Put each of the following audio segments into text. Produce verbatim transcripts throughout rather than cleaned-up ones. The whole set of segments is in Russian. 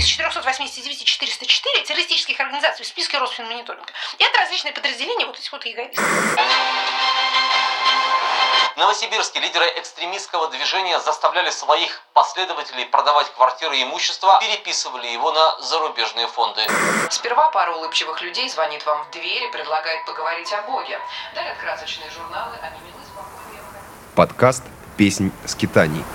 из четырехсот восьмидесяти девяти четыреста четыре террористических организаций в списке Росфинмониторинга. И это различные подразделения вот этих вот яговистов. В Новосибирске лидеры экстремистского движения заставляли своих последователей продавать квартиры и имущество, переписывали его на зарубежные фонды. Сперва пара улыбчивых людей звонит вам в дверь и предлагает поговорить о Боге. Дарят красочные журналы, они милы, спокойные. Подкаст «Песнь скитаний».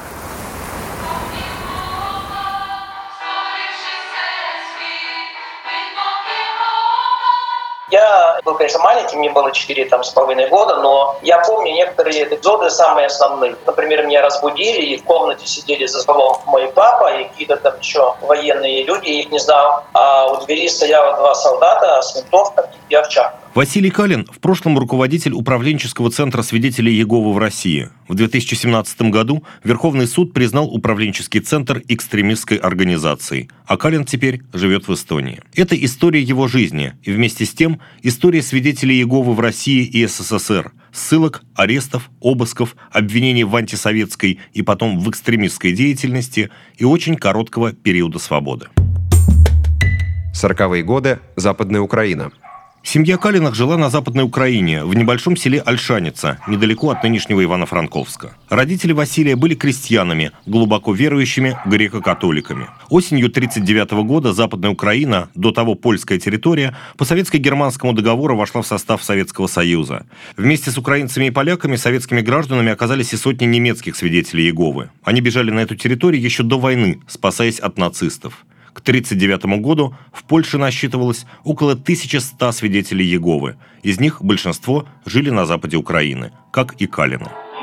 Я был, конечно, маленький, мне было четыре там, с половиной года, но я помню некоторые эпизоды самые основные. Например, меня разбудили, и в комнате сидели за столом мой папа и какие-то там еще военные люди, я их не знал. А у двери стояло два солдата с винтовками и овчаркой. Василий Калин в прошлом руководитель управленческого центра свидетелей Иеговы в России. В две тысячи семнадцатом году Верховный суд признал управленческий центр экстремистской организацией, а Калин теперь живет в Эстонии. Это история его жизни и вместе с тем история свидетелей Иеговы в России и СССР. Ссылок, арестов, обысков, обвинений в антисоветской и потом в экстремистской деятельности и очень короткого периода свободы. Сороковые годы. Западная Украина. Семья Калиных жила на Западной Украине, в небольшом селе Ольшаница, недалеко от нынешнего Ивано-Франковска. Родители Василия были крестьянами, глубоко верующими греко-католиками. Осенью тысяча девятьсот тридцать девятого года Западная Украина, до того польская территория, по советско-германскому договору вошла в состав Советского Союза. Вместе с украинцами и поляками советскими гражданами оказались и сотни немецких свидетелей Иеговы. Они бежали на эту территорию еще до войны, спасаясь от нацистов. К тысяча девятьсот тридцать девятому году в Польше насчитывалось около тысячи ста свидетелей Иеговы. Из них большинство жили на западе Украины, как и Калины.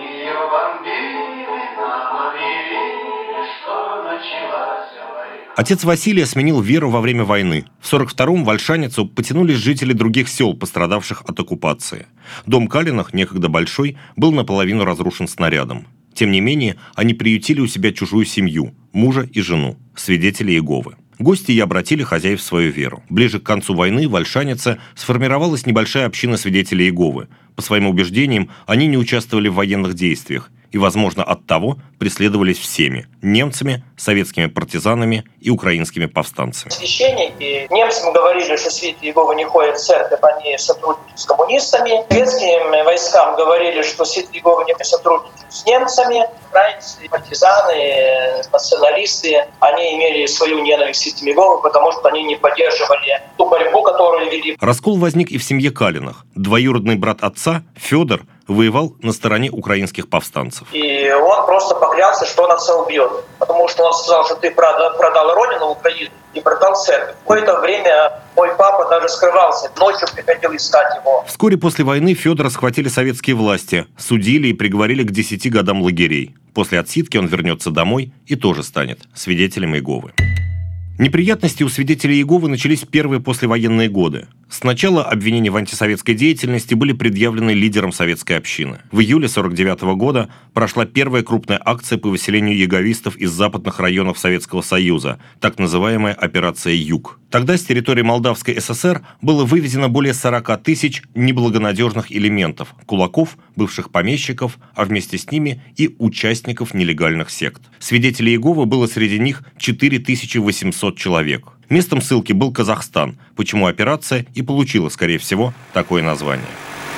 Отец Василия сменил веру во время войны. В сорок втором в Ольшаницу потянулись жители других сел, пострадавших от оккупации. Дом Калиных, некогда большой, был наполовину разрушен снарядом. Тем не менее, они приютили у себя чужую семью, мужа и жену, свидетелей Иеговы. Гости и обратили хозяев в свою веру. Ближе к концу войны в Ольшанице сформировалась небольшая община свидетелей Иеговы. По своим убеждениям, они не участвовали в военных действиях и, возможно, оттого преследовались всеми – немцами, советскими партизанами и украинскими повстанцами. Священники немцам говорили, что свидетели Иеговы не ходят в церковь, они сотрудничают с коммунистами. Советским войскам говорили, что свидетели Иеговы не сотрудничают с немцами. Украинцы, партизаны, националисты, они имели свою ненависть к свидетелям Иеговы, потому что они не поддерживали ту борьбу, которую вели. Раскол возник и в семье Калиных. Двоюродный брат отца, Федор, воевал на стороне украинских повстанцев. И он просто поклялся, что он отца убьет. Потому что он сказал, что ты продал, продал родину Украину и продал церковь. Какое-то время мой папа даже скрывался. Ночью приходил искать его. Вскоре после войны Федора схватили советские власти, судили и приговорили к десяти годам лагерей. После отсидки он вернется домой и тоже станет свидетелем Иеговы. Неприятности у свидетелей Иеговы начались в первые послевоенные годы. Сначала обвинения в антисоветской деятельности были предъявлены лидерам советской общины. В июле сорок девятого года прошла первая крупная акция по выселению иеговистов из западных районов Советского Союза, так называемая «Операция Юг». Тогда с территории Молдавской ССР было вывезено более сорока тысяч неблагонадежных элементов, кулаков, бывших помещиков, а вместе с ними и участников нелегальных сект. Свидетелей Иеговы было среди них четыре тысячи восемьсот человек. Местом ссылки был Казахстан, почему операция и получила, скорее всего, такое название.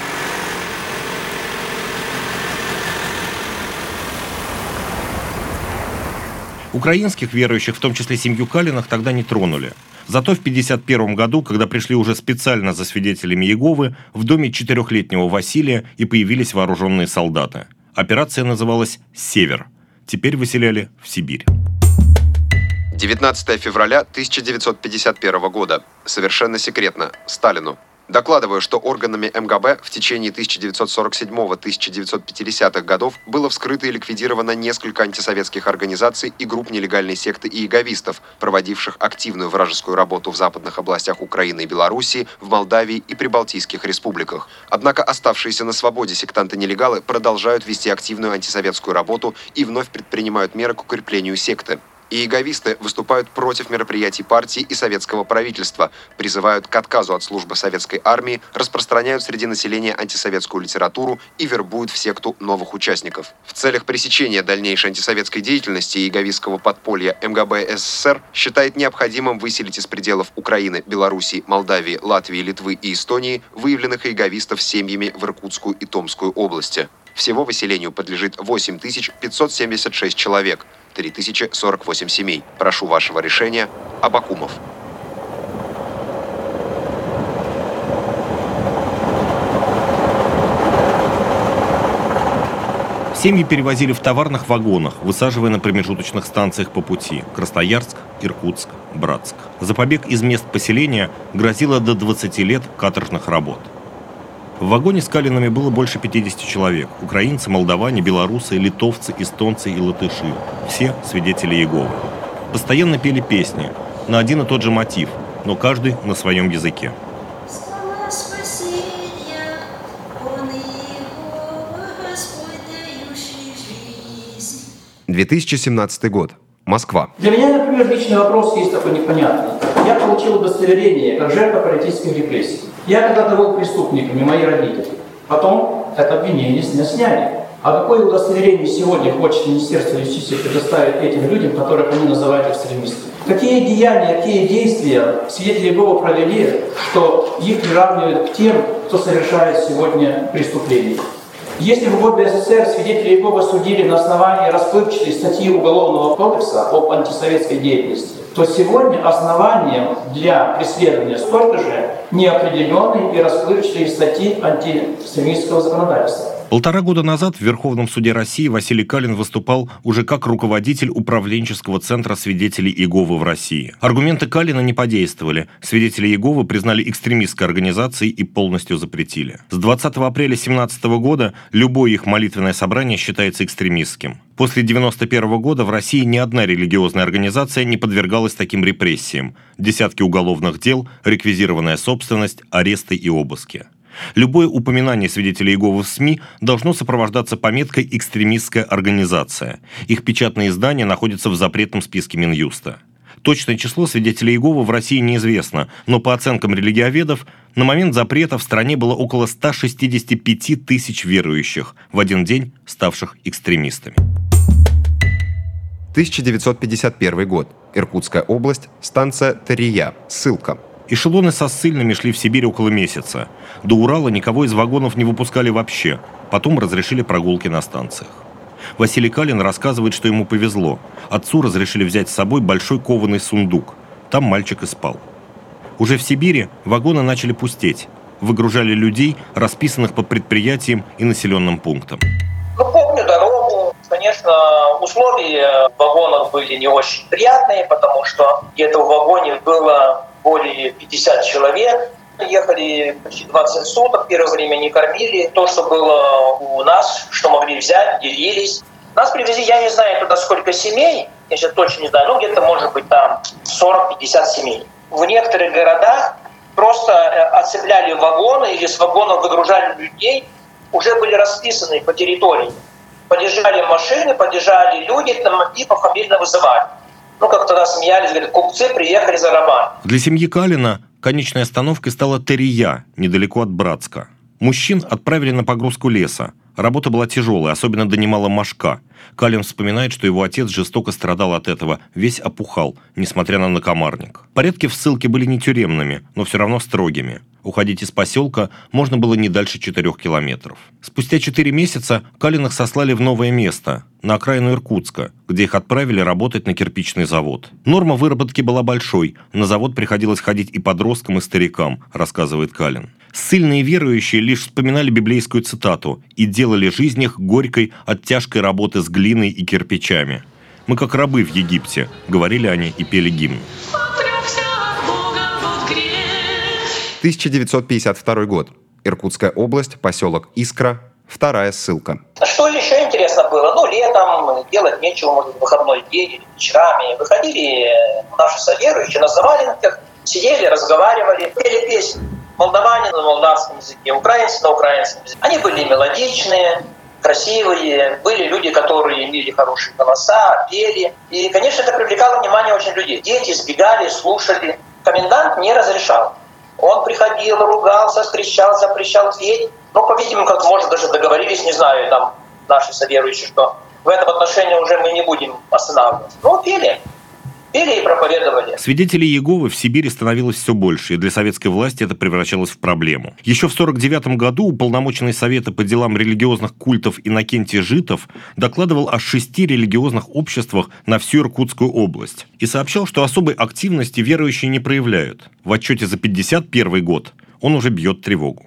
Украинских верующих, в том числе семью Калиных, тогда не тронули. Зато в пятьдесят первом году, когда пришли уже специально за свидетелями Иеговы, в доме четырехлетнего Василия и появились вооруженные солдаты. Операция называлась «Север». Теперь выселяли в Сибирь. девятнадцатого февраля тысяча девятьсот пятьдесят первого года. Совершенно секретно. Сталину. Докладываю, что органами эм гэ бэ в течение тысяча девятьсот сорок седьмого — тысяча девятьсот пятидесятых годов было вскрыто и ликвидировано несколько антисоветских организаций и групп нелегальной секты иеговистов, проводивших активную вражескую работу в западных областях Украины и Белоруссии, в Молдавии и Прибалтийских республиках. Однако оставшиеся на свободе сектанты-нелегалы продолжают вести активную антисоветскую работу и вновь предпринимают меры к укреплению секты. Иеговисты выступают против мероприятий партии и советского правительства, призывают к отказу от службы советской армии, распространяют среди населения антисоветскую литературу и вербуют в секту новых участников. В целях пресечения дальнейшей антисоветской деятельности иеговистского подполья МГБ СССР считает необходимым выселить из пределов Украины, Белоруссии, Молдавии, Латвии, Литвы и Эстонии выявленных иеговистов семьями в Иркутскую и Томскую области. Всего выселению подлежит восемь тысяч пятьсот семьдесят шесть человек, три тысячи сорок восемь семей. Прошу вашего решения. Абакумов. Семьи перевозили в товарных вагонах, высаживая на промежуточных станциях по пути – Красноярск, Иркутск, Братск. За побег из мест поселения грозило до двадцати лет каторжных работ. В вагоне с Калинами было больше пятидесяти человек – украинцы, молдаване, белорусы, литовцы, эстонцы и латыши. Все свидетели Иеговы. Постоянно пели песни на один и тот же мотив, но каждый на своем языке. две тысячи семнадцатый год. Москва. Для меня, например, личный вопрос есть такой непонятный. Я получил удостоверение как жертва политических репрессий. Я когда-то был преступником, и мои родители. Потом это обвинение с меня сняли. А какое удостоверение сегодня хочет Министерство юстиции предоставить этим людям, которых они называют экстремистами? Какие деяния, какие действия свидетели Иеговы провели, что их приравнивают к тем, кто совершает сегодня преступления? Если в годы СССР свидетели Иеговы судили на основании расплывчатой статьи Уголовного кодекса об антисоветской деятельности, то сегодня основанием для преследования столько же неопределенной и расплывчатой статьи антиэкстремистского законодательства. Полтора года назад в Верховном суде России Василий Калин выступал уже как руководитель управленческого центра свидетелей Иеговы в России. Аргументы Калина не подействовали. Свидетели Иеговы признали экстремистской организацией и полностью запретили. С двадцатого апреля две тысячи семнадцатого года любое их молитвенное собрание считается экстремистским. После девяносто первого года в России ни одна религиозная организация не подвергалась таким репрессиям. Десятки уголовных дел, реквизированная собственность, аресты и обыски. Любое упоминание свидетелей Иеговы в СМИ должно сопровождаться пометкой «экстремистская организация». Их печатные издания находятся в запретном списке Минюста. Точное число свидетелей Иеговы в России неизвестно, но по оценкам религиоведов, на момент запрета в стране было около ста шестидесяти пяти тысяч верующих, в один день ставших экстремистами. тысяча девятьсот пятьдесят первый год. Иркутская область. Станция Тария. Ссылка. Эшелоны со ссыльными шли в Сибирь около месяца. До Урала никого из вагонов не выпускали вообще. Потом разрешили прогулки на станциях. Василий Калин рассказывает, что ему повезло. Отцу разрешили взять с собой большой кованый сундук. Там мальчик и спал. Уже в Сибири вагоны начали пустеть. Выгружали людей, расписанных по предприятиям и населенным пунктам. Ну, помню дорогу. Конечно, условия в вагонах были не очень приятные, потому что где-то в вагоне было более пятидесяти человек. Ехали почти двадцать суток, первое время не кормили. То, что было у нас, что могли взять, делились. Нас привезли, я не знаю туда сколько семей, я сейчас точно не знаю, ну где-то может быть там сорок-пятьдесят семей. В некоторых городах просто оцепляли вагоны или с вагонов выгружали людей, уже были расписаны по территории. Подъезжали машины, подъезжали люди там, и пофамильно вызывали. Ну, как тогда смеялись, говорят, купцы приехали за роман. Для семьи Калина конечной остановкой стала Тария, недалеко от Братска. Мужчин отправили на погрузку леса. Работа была тяжелая, особенно донимала мошка. Калин вспоминает, что его отец жестоко страдал от этого, весь опухал, несмотря на накомарник. Порядки в ссылке были не тюремными, но все равно строгими. Уходить из поселка можно было не дальше четырех километров. Спустя четыре месяца Калиных сослали в новое место, на окраину Иркутска, где их отправили работать на кирпичный завод. Норма выработки была большой, на завод приходилось ходить и подросткам, и старикам, рассказывает Калин. Ссыльные верующие лишь вспоминали библейскую цитату и делали жизнь их горькой от тяжкой работы с глиной и кирпичами. «Мы как рабы в Египте», — говорили они и пели гимн. тысяча девятьсот пятьдесят второй год. Иркутская область, поселок Искра, вторая ссылка. Что еще интересно было? Ну, летом делать нечего, может, в выходной день или вечерами. Выходили наши соверующие на заваленках, сидели, разговаривали, пели песни. Молдаване на молдавском языке, украинцы на украинском языке. Они были мелодичные, красивые, были люди, которые имели хорошие голоса, пели. И, конечно, это привлекало внимание очень людей. Дети сбегали, слушали. Комендант не разрешал. Он приходил, ругался, кричал, запрещал петь. Ну, по-видимому, как может, даже договорились, не знаю, там, наши соверующие, что в этом отношении уже мы не будем останавливаться. Ну, пели. Пели и проповедовали. Свидетелей Иеговы в Сибири становилось все больше, и для советской власти это превращалось в проблему. Еще в сорок девятом году уполномоченный Совета по делам религиозных культов Иннокентий Житов докладывал о шести религиозных обществах на всю Иркутскую область и сообщал, что особой активности верующие не проявляют. В отчете за пятьдесят первый год он уже бьет тревогу.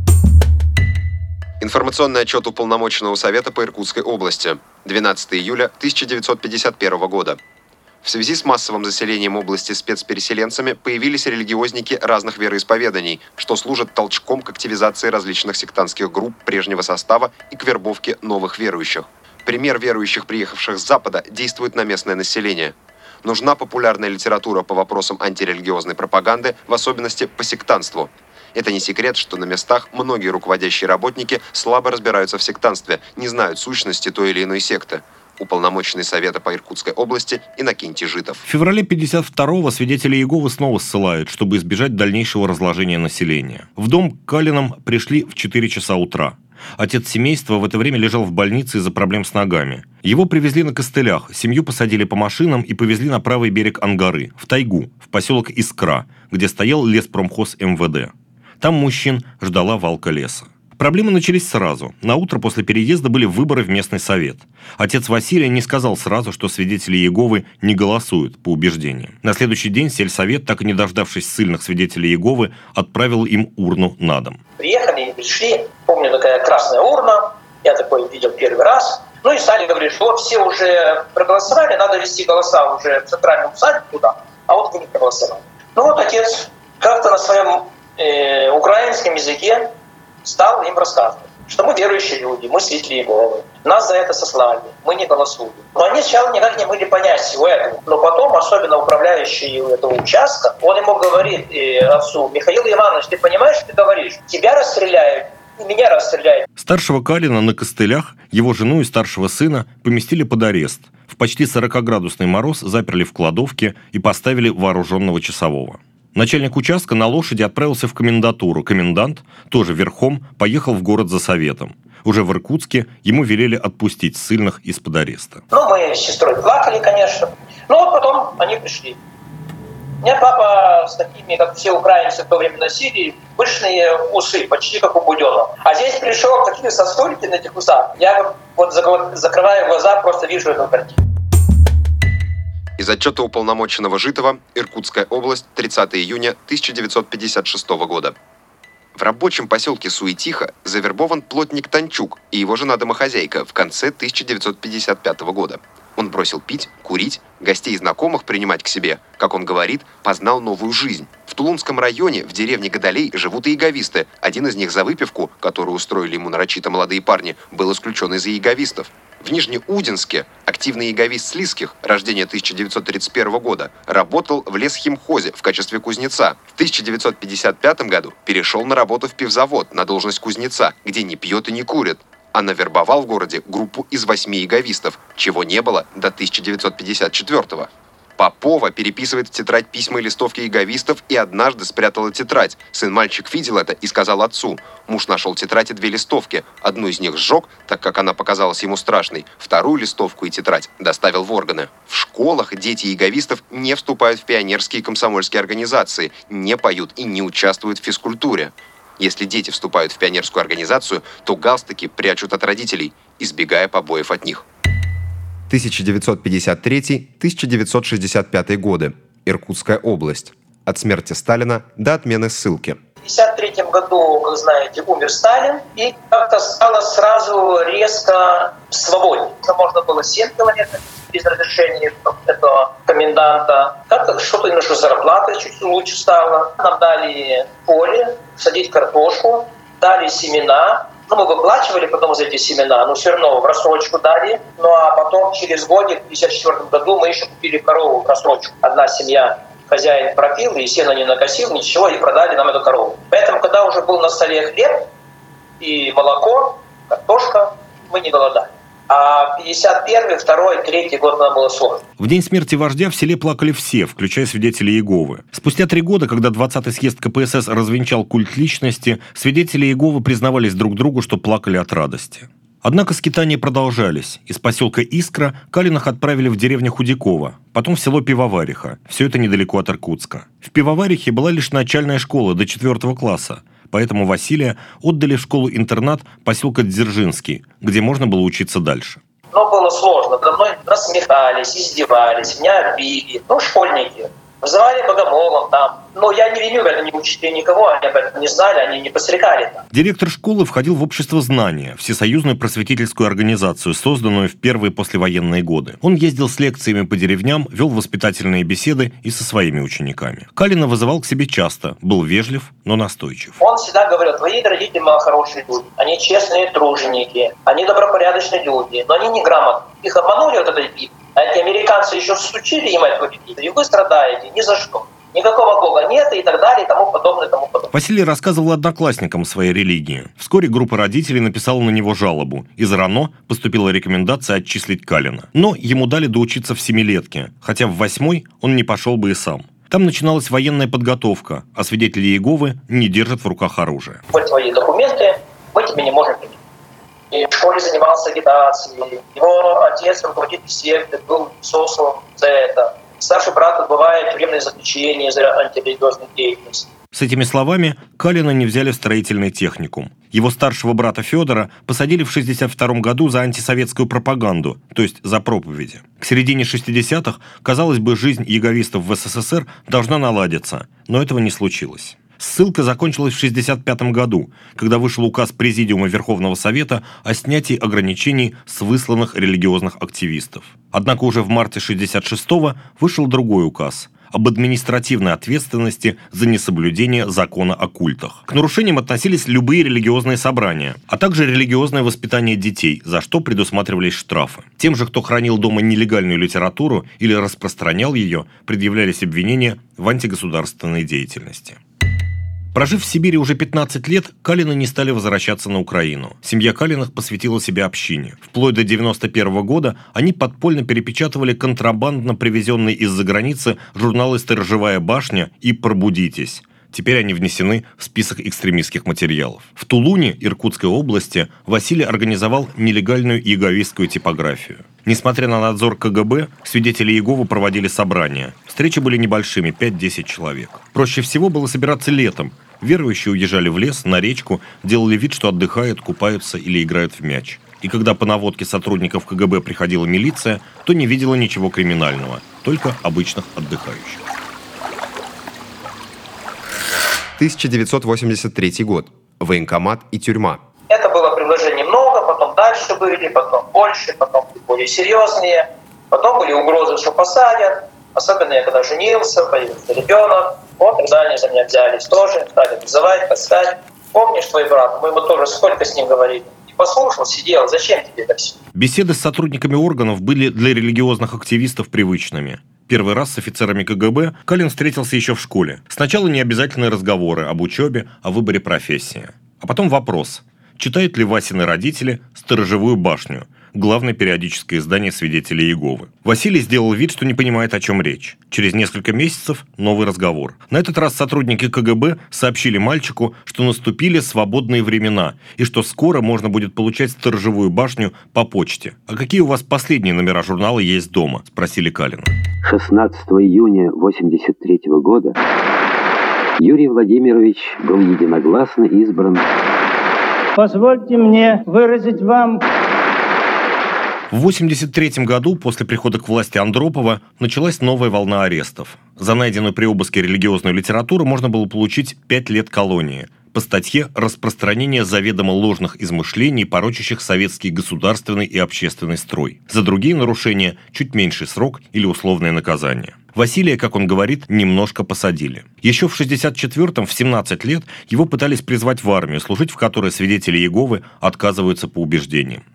Информационный отчет Уполномоченного Совета по Иркутской области. двенадцатого июля тысяча девятьсот пятьдесят первого года. В связи с массовым заселением области спецпереселенцами появились религиозники разных вероисповеданий, что служит толчком к активизации различных сектантских групп прежнего состава и к вербовке новых верующих. Пример верующих, приехавших с Запада, действует на местное население. Нужна популярная литература по вопросам антирелигиозной пропаганды, в особенности по сектантству. Это не секрет, что на местах многие руководящие работники слабо разбираются в сектантстве, не знают сущности той или иной секты. Уполномоченный Совета по Иркутской области Иннокентий Житов. В феврале пятьдесят второго свидетели Иеговы снова ссылают, чтобы избежать дальнейшего разложения населения. В дом к Калинам пришли в четыре часа утра. Отец семейства в это время лежал в больнице из-за проблем с ногами. Его привезли на костылях, семью посадили по машинам и повезли на правый берег Ангары, в тайгу, в поселок Искра, где стоял леспромхоз эм вэ дэ. Там мужчин ждала валка леса. Проблемы начались сразу. На утро после переезда были выборы в местный совет. Отец Василий не сказал сразу, что свидетели Иеговы не голосуют по убеждениям. На следующий день сельсовет, так и не дождавшись ссыльных свидетелей Иеговы, отправил им урну на дом. Приехали и пришли. Помню, такая красная урна. Я такой видел первый раз. Ну и стали говорить, что вот все уже проголосовали, надо вести голоса уже в центральном усадьбе туда, а вот вы не проголосовали. Ну вот отец как-то на своем э, украинском языке стал им рассказывать, что мы верующие люди, мы свидетели Иеговы. Нас за это сослали, мы не голосуем. Но они сначала никак не могли понять всего этого. Но потом, особенно управляющий этого участка, он ему говорит, э, отцу: Михаил Иванович, ты понимаешь, что ты говоришь? Тебя расстреляют, и меня расстреляют. Старшего Калина на костылях, его жену и старшего сына поместили под арест. В почти сорокаградусный мороз заперли в кладовке и поставили вооруженного часового. Начальник участка на лошади отправился в комендатуру. Комендант, тоже верхом, поехал в город за советом. Уже в Иркутске ему велели отпустить ссыльных из-под ареста. Ну, мы с сестрой плакали, конечно. Ну, вот потом они пришли. У меня папа с такими, как все украинцы в то время носили, пышные усы, почти как у Будённого. А здесь пришел, такие сосульки на этих усах. Я вот закрываю глаза, просто вижу эту картину. Из отчета Уполномоченного Житова, Иркутская область, тридцатого июня тысяча девятьсот пятьдесят шестого года. В рабочем поселке Суетиха завербован плотник Танчук и его жена-домохозяйка в конце тысяча девятьсот пятьдесят пятого года. Он бросил пить, курить, гостей и знакомых принимать к себе. Как он говорит, познал новую жизнь. В Тулунском районе, в деревне Гадалей, живут и иеговисты. Один из них за выпивку, которую устроили ему нарочито молодые парни, был исключен из иеговистов. В Нижнеудинске активный иеговист Слизких, рождения тысяча девятьсот тридцать первого года, работал в лесхимхозе в качестве кузнеца. В тысяча девятьсот пятьдесят пятом году перешел на работу в пивзавод на должность кузнеца, где не пьет и не курит. А навербовал в городе группу из восьми иеговистов, чего не было до тысяча девятьсот пятьдесят четвёртого. Попова переписывает в тетрадь письма и листовки иеговистов и однажды спрятала тетрадь. Сын-мальчик видел это и сказал отцу. Муж нашел тетрадь и две листовки. Одну из них сжег, так как она показалась ему страшной. Вторую листовку и тетрадь доставил в органы. В школах дети иеговистов не вступают в пионерские и комсомольские организации, не поют и не участвуют в физкультуре. Если дети вступают в пионерскую организацию, то галстуки прячут от родителей, избегая побоев от них. тысяча девятьсот пятьдесят третий — тысяча девятьсот шестьдесят пятый годы. Иркутская область. От смерти Сталина до отмены ссылки. В тысяча девятьсот пятьдесят третьем году, как знаете, умер Сталин, и как-то стало сразу резко свободнее. Можно было семь километров без разрешения этого коменданта. Как-то что-то немножко зарплата чуть лучше стало. Нам дали поле, садить картошку, дали семена. Ну, мы выплачивали потом за эти семена, но все равно в рассрочку дали. Ну, а потом через годик, в тысяча девятьсот пятьдесят четвёртом году, мы еще купили корову в рассрочку. Одна семья, хозяин пропил, и сено не накосил, ничего, и продали нам эту корову. Поэтому, когда уже был на столе хлеб и молоко, картошка, мы не голодали. А пятьдесят первый, второй, третий год нам было сложно. В день смерти вождя в селе плакали все, включая свидетелей Иеговы. Спустя три года, когда двадцатый съезд ка пэ эс эс развенчал культ личности, свидетели Иеговы признавались друг другу, что плакали от радости. Однако скитания продолжались. Из поселка Искра Калиных отправили в деревню Худякова, потом в село Пивовариха. Все это недалеко от Иркутска. В Пивоварихе была лишь начальная школа до четвертого класса, поэтому Василия отдали в школу-интернат поселка Дзержинский, где можно было учиться дальше. Но было сложно. Надо мной насмехались, издевались, меня били. Ну, школьники. Вызывали богомолом там. Но я не виню в этом ни учителей, никого. Они об этом не знали, они не подстрекали там. Директор школы входил в общество знания, всесоюзную просветительскую организацию, созданную в первые послевоенные годы. Он ездил с лекциями по деревням, вел воспитательные беседы и со своими учениками. Калина вызывал к себе часто, был вежлив, но настойчив. Он всегда говорил: твои родители хорошие люди, они честные труженики, они добропорядочные люди, но они неграмотные. Их обманули вот этой битвой. А эти американцы еще всучили им эту религию, и вы страдаете ни за что. Никакого Бога нет, и так далее, и тому подобное, и тому подобное. Василий рассказывал одноклассникам своей религии. Вскоре группа родителей написала на него жалобу. Из РАНО поступила рекомендация отчислить Калина. Но ему дали доучиться в семилетке, хотя в восьмой он не пошел бы и сам. Там начиналась военная подготовка, а свидетели Иеговы не держат в руках оружие. Вот твои документы, мы тебе не можем принять. И в школе занимался агитацией. Его отец, руководитель секты, был сослан за это. Старший брат отбывает тюремное заключение за антирелигиозную деятельность. С этими словами Калина не взяли в строительный техникум. Его старшего брата Федора посадили в шестьдесят втором году за антисоветскую пропаганду, то есть за проповеди. К середине шестидесятых, казалось бы, жизнь иеговистов в эс эс эс эр должна наладиться, но этого не случилось. Ссылка закончилась в шестьдесят пятом году, когда вышел указ Президиума Верховного Совета о снятии ограничений с высланных религиозных активистов. Однако уже в марте шестьдесят шестого вышел другой указ об административной ответственности за несоблюдение закона о культах. К нарушениям относились любые религиозные собрания, а также религиозное воспитание детей, за что предусматривались штрафы. Тем же, кто хранил дома нелегальную литературу или распространял ее, предъявлялись обвинения в антигосударственной деятельности. Прожив в Сибири уже пятнадцать лет, Калины не стали возвращаться на Украину. Семья Калиных посвятила себя общине. Вплоть до девяносто первого года они подпольно перепечатывали контрабандно привезенные из-за границы журналы «Сторожевая башня» и «Пробудитесь». Теперь они внесены в список экстремистских материалов. В Тулуне, Иркутской области, Василий организовал нелегальную иеговистскую типографию. Несмотря на надзор ка гэ бэ, свидетели Иеговы проводили собрания. Встречи были небольшими, пять-десять человек. Проще всего было собираться летом. Верующие уезжали в лес, на речку, делали вид, что отдыхают, купаются или играют в мяч. И когда по наводке сотрудников ка гэ бэ приходила милиция, то не видела ничего криминального, только обычных отдыхающих. тысяча девятьсот восемьдесят третий год. Военкомат и тюрьма. Это было предложений много, потом дальше были, потом больше, потом более серьезные. Потом были угрозы, что посадят. Особенно я когда женился, появился ребенок. Вот тогда они за меня взялись тоже, стали вызывать, таскать. Помнишь твой брат? Мы ему тоже сколько с ним говорили. И послушал, сидел. Зачем тебе это все? Беседы с сотрудниками органов были для религиозных активистов привычными. Первый раз с офицерами ка гэ бэ Калин встретился еще в школе. Сначала необязательные разговоры об учебе, о выборе профессии. А потом вопрос, читают ли Васины родители «Сторожевую башню», главное периодическое издание свидетелей Иеговы. Василий сделал вид, что не понимает, о чем речь. Через несколько месяцев новый разговор. На этот раз сотрудники ка гэ бэ сообщили мальчику, что наступили свободные времена и что скоро можно будет получать «Сторожевую башню» по почте. «А какие у вас последние номера журнала есть дома?» – спросили Калина. шестнадцатого июня восемьдесят третьего года Юрий Владимирович был единогласно избран. Позвольте мне выразить вам... В восемьдесят третьем году, после прихода к власти Андропова, началась новая волна арестов. За найденную при обыске религиозную литературу можно было получить пять лет колонии по статье «Распространение заведомо ложных измышлений, порочащих советский государственный и общественный строй». За другие нарушения чуть меньший срок или условное наказание. Василия, как он говорит, немножко посадили. Еще в шестьдесят четвёртом, в семнадцать лет, его пытались призвать в армию, служить в которой свидетели Иеговы отказываются по убеждениям.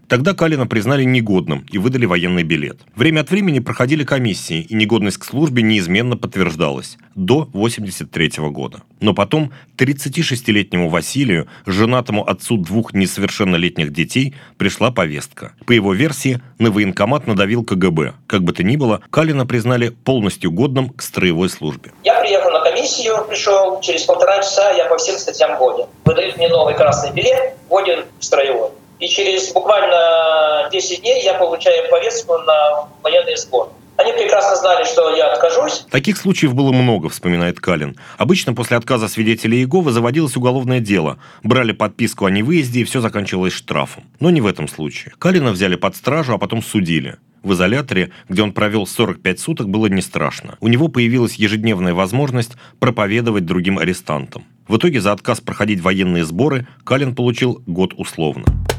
Тогда Калина признали негодным и выдали военный билет. Время от времени проходили комиссии, и негодность к службе неизменно подтверждалась до восемьдесят третьего года. Но потом тридцатишестилетнему Василию, женатому отцу двух несовершеннолетних детей, пришла повестка. По его версии, на военкомат надавил ка гэ бэ. Как бы то ни было, Калина признали полностью годным к строевой службе. Я приехал на комиссию, пришел, через полтора часа я по всем статьям годен. Выдают мне новый красный билет, годен строевой. И через буквально десять дней я получаю повестку на военный сбор. Они прекрасно знали, что я откажусь. Таких случаев было много, вспоминает Калин. Обычно после отказа свидетелей Иеговы заводилось уголовное дело. Брали подписку о невыезде, и все заканчивалось штрафом. Но не в этом случае. Калина взяли под стражу, а потом судили. В изоляторе, где он провел сорок пять суток, было не страшно. У него появилась ежедневная возможность проповедовать другим арестантам. В итоге за отказ проходить военные сборы Калин получил год условно.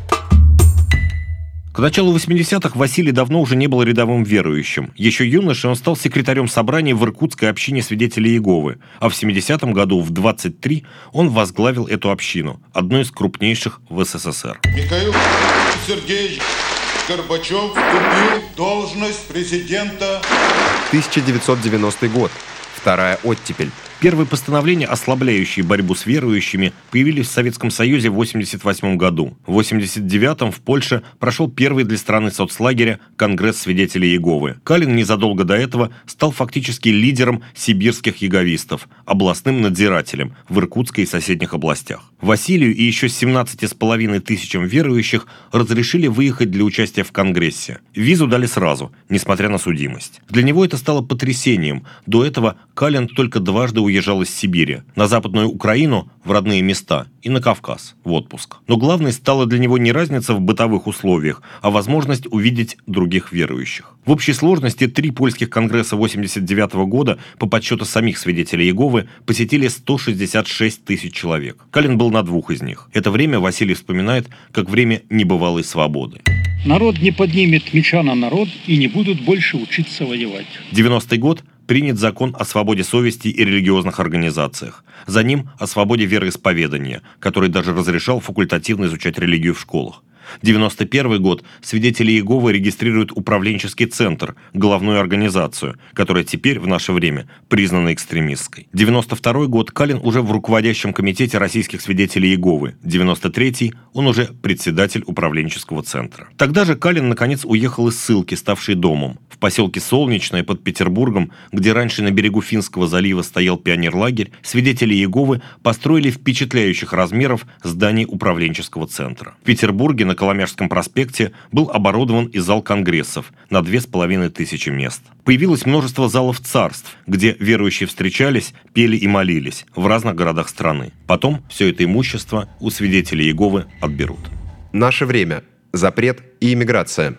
К началу восьмидесятых Василий давно уже не был рядовым верующим. Еще юношей он стал секретарем собрания в иркутской общине свидетелей Иеговы, а в семидесятом году, в двадцать три, он возглавил эту общину, одну из крупнейших в эс эс эс эр. Михаил Сергеевич Горбачев вступил в должность президента. тысяча девятьсот девяностый год. Вторая оттепель. Первые постановления, ослабляющие борьбу с верующими, появились в Советском Союзе в восемьдесят восьмом году. В восемьдесят девятом в Польше прошел первый для страны соцлагеря Конгресс свидетелей Иеговы. Калин незадолго до этого стал фактически лидером сибирских иеговистов, областным надзирателем в Иркутской и соседних областях. Василию и еще семнадцати с половиной тысячам верующих разрешили выехать для участия в Конгрессе. Визу дали сразу, несмотря на судимость. Для него это стало потрясением. До этого Калин только дважды уезжал из Сибири, на Западную Украину, в родные места, и на Кавказ, в отпуск. Но главной стала для него не разница в бытовых условиях, а возможность увидеть других верующих. В общей сложности три польских конгресса восемьдесят девятого года, по подсчету самих свидетелей Иеговы, посетили сто шестьдесят шесть тысяч человек. Калин был на двух из них. Это время Василий вспоминает как время небывалой свободы. Народ не поднимет меча на народ и не будут больше учиться воевать. девяностый год. Принят закон о свободе совести и религиозных организациях. За ним о свободе вероисповедания, который даже разрешал факультативно изучать религию в школах. девяносто первый год. Свидетели Иеговы регистрируют управленческий центр, главную организацию, которая теперь в наше время признана экстремистской. девяносто второй год. Калин уже в руководящем комитете российских свидетелей Иеговы. девяносто третий. Он уже председатель управленческого центра. Тогда же Калин наконец уехал из ссылки, ставшей домом. В поселке Солнечное под Петербургом, где раньше на берегу Финского залива стоял пионерлагерь, свидетели Иеговы построили впечатляющих размеров здание управленческого центра. В Петербурге на Коломяжском проспекте был оборудован и зал конгрессов на две с половиной тысячи мест. Появилось множество залов царств, где верующие встречались, пели и молились в разных городах страны. Потом все это имущество у свидетелей Иеговы отберут. Наше время. Запрет и иммиграция.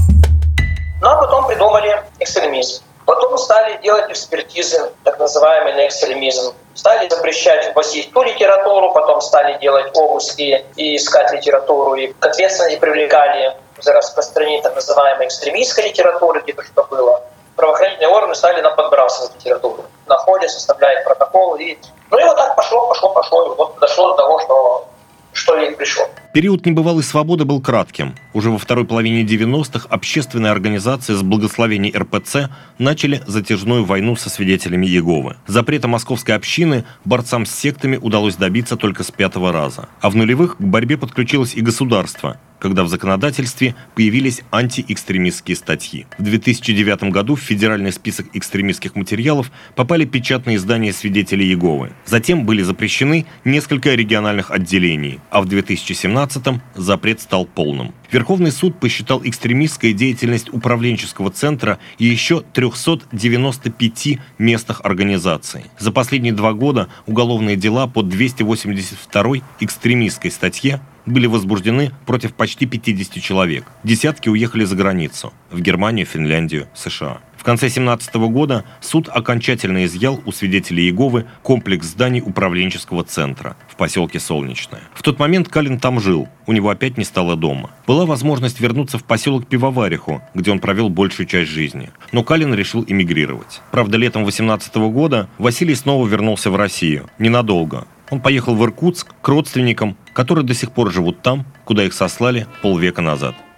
Ну а потом придумали экстремизм. Потом стали делать экспертизы, так называемый на экстремизм. Стали запрещать ввозить ту литературу, потом стали делать обыски и искать литературу. И к ответственности привлекали за распространение так называемой экстремистской литературы, типа что было. Правоохранительные органы стали нам подбрасывать литературу. Находят, составляют протокол. И... Ну и вот так пошло, пошло, пошло. И вот дошло до того, что... что и пришло. Период небывалой свободы был кратким. Уже во второй половине девяностых общественные организации с благословения эр пэ цэ начали затяжную войну со свидетелями Иеговы. Запрета московской общины борцам с сектами удалось добиться только с пятого раза. А в нулевых к борьбе подключилось и государство, когда в законодательстве появились антиэкстремистские статьи. В две тысячи девятом году в федеральный список экстремистских материалов попали печатные издания свидетелей Иеговы. Затем были запрещены несколько региональных отделений, а в две тысячи семнадцатом запрет стал полным. Верховный суд посчитал экстремистской деятельность управленческого центра и еще трёхсот девяноста пяти местных организаций. За последние два года уголовные дела по двести восемьдесят второй экстремистской статье были возбуждены против почти пятидесяти человек. Десятки уехали за границу – в Германию, Финляндию, США. В конце две тысячи семнадцатого года суд окончательно изъял у свидетелей Иеговы комплекс зданий управленческого центра в поселке Солнечное. В тот момент Калин там жил, у него опять не стало дома. Была возможность вернуться в поселок Пивовариху, где он провел большую часть жизни. Но Калин решил эмигрировать. Правда, летом две тысячи восемнадцатого года Василий снова вернулся в Россию. Ненадолго. Он поехал в Иркутск к родственникам, которые до сих пор живут там, куда их сослали полвека назад.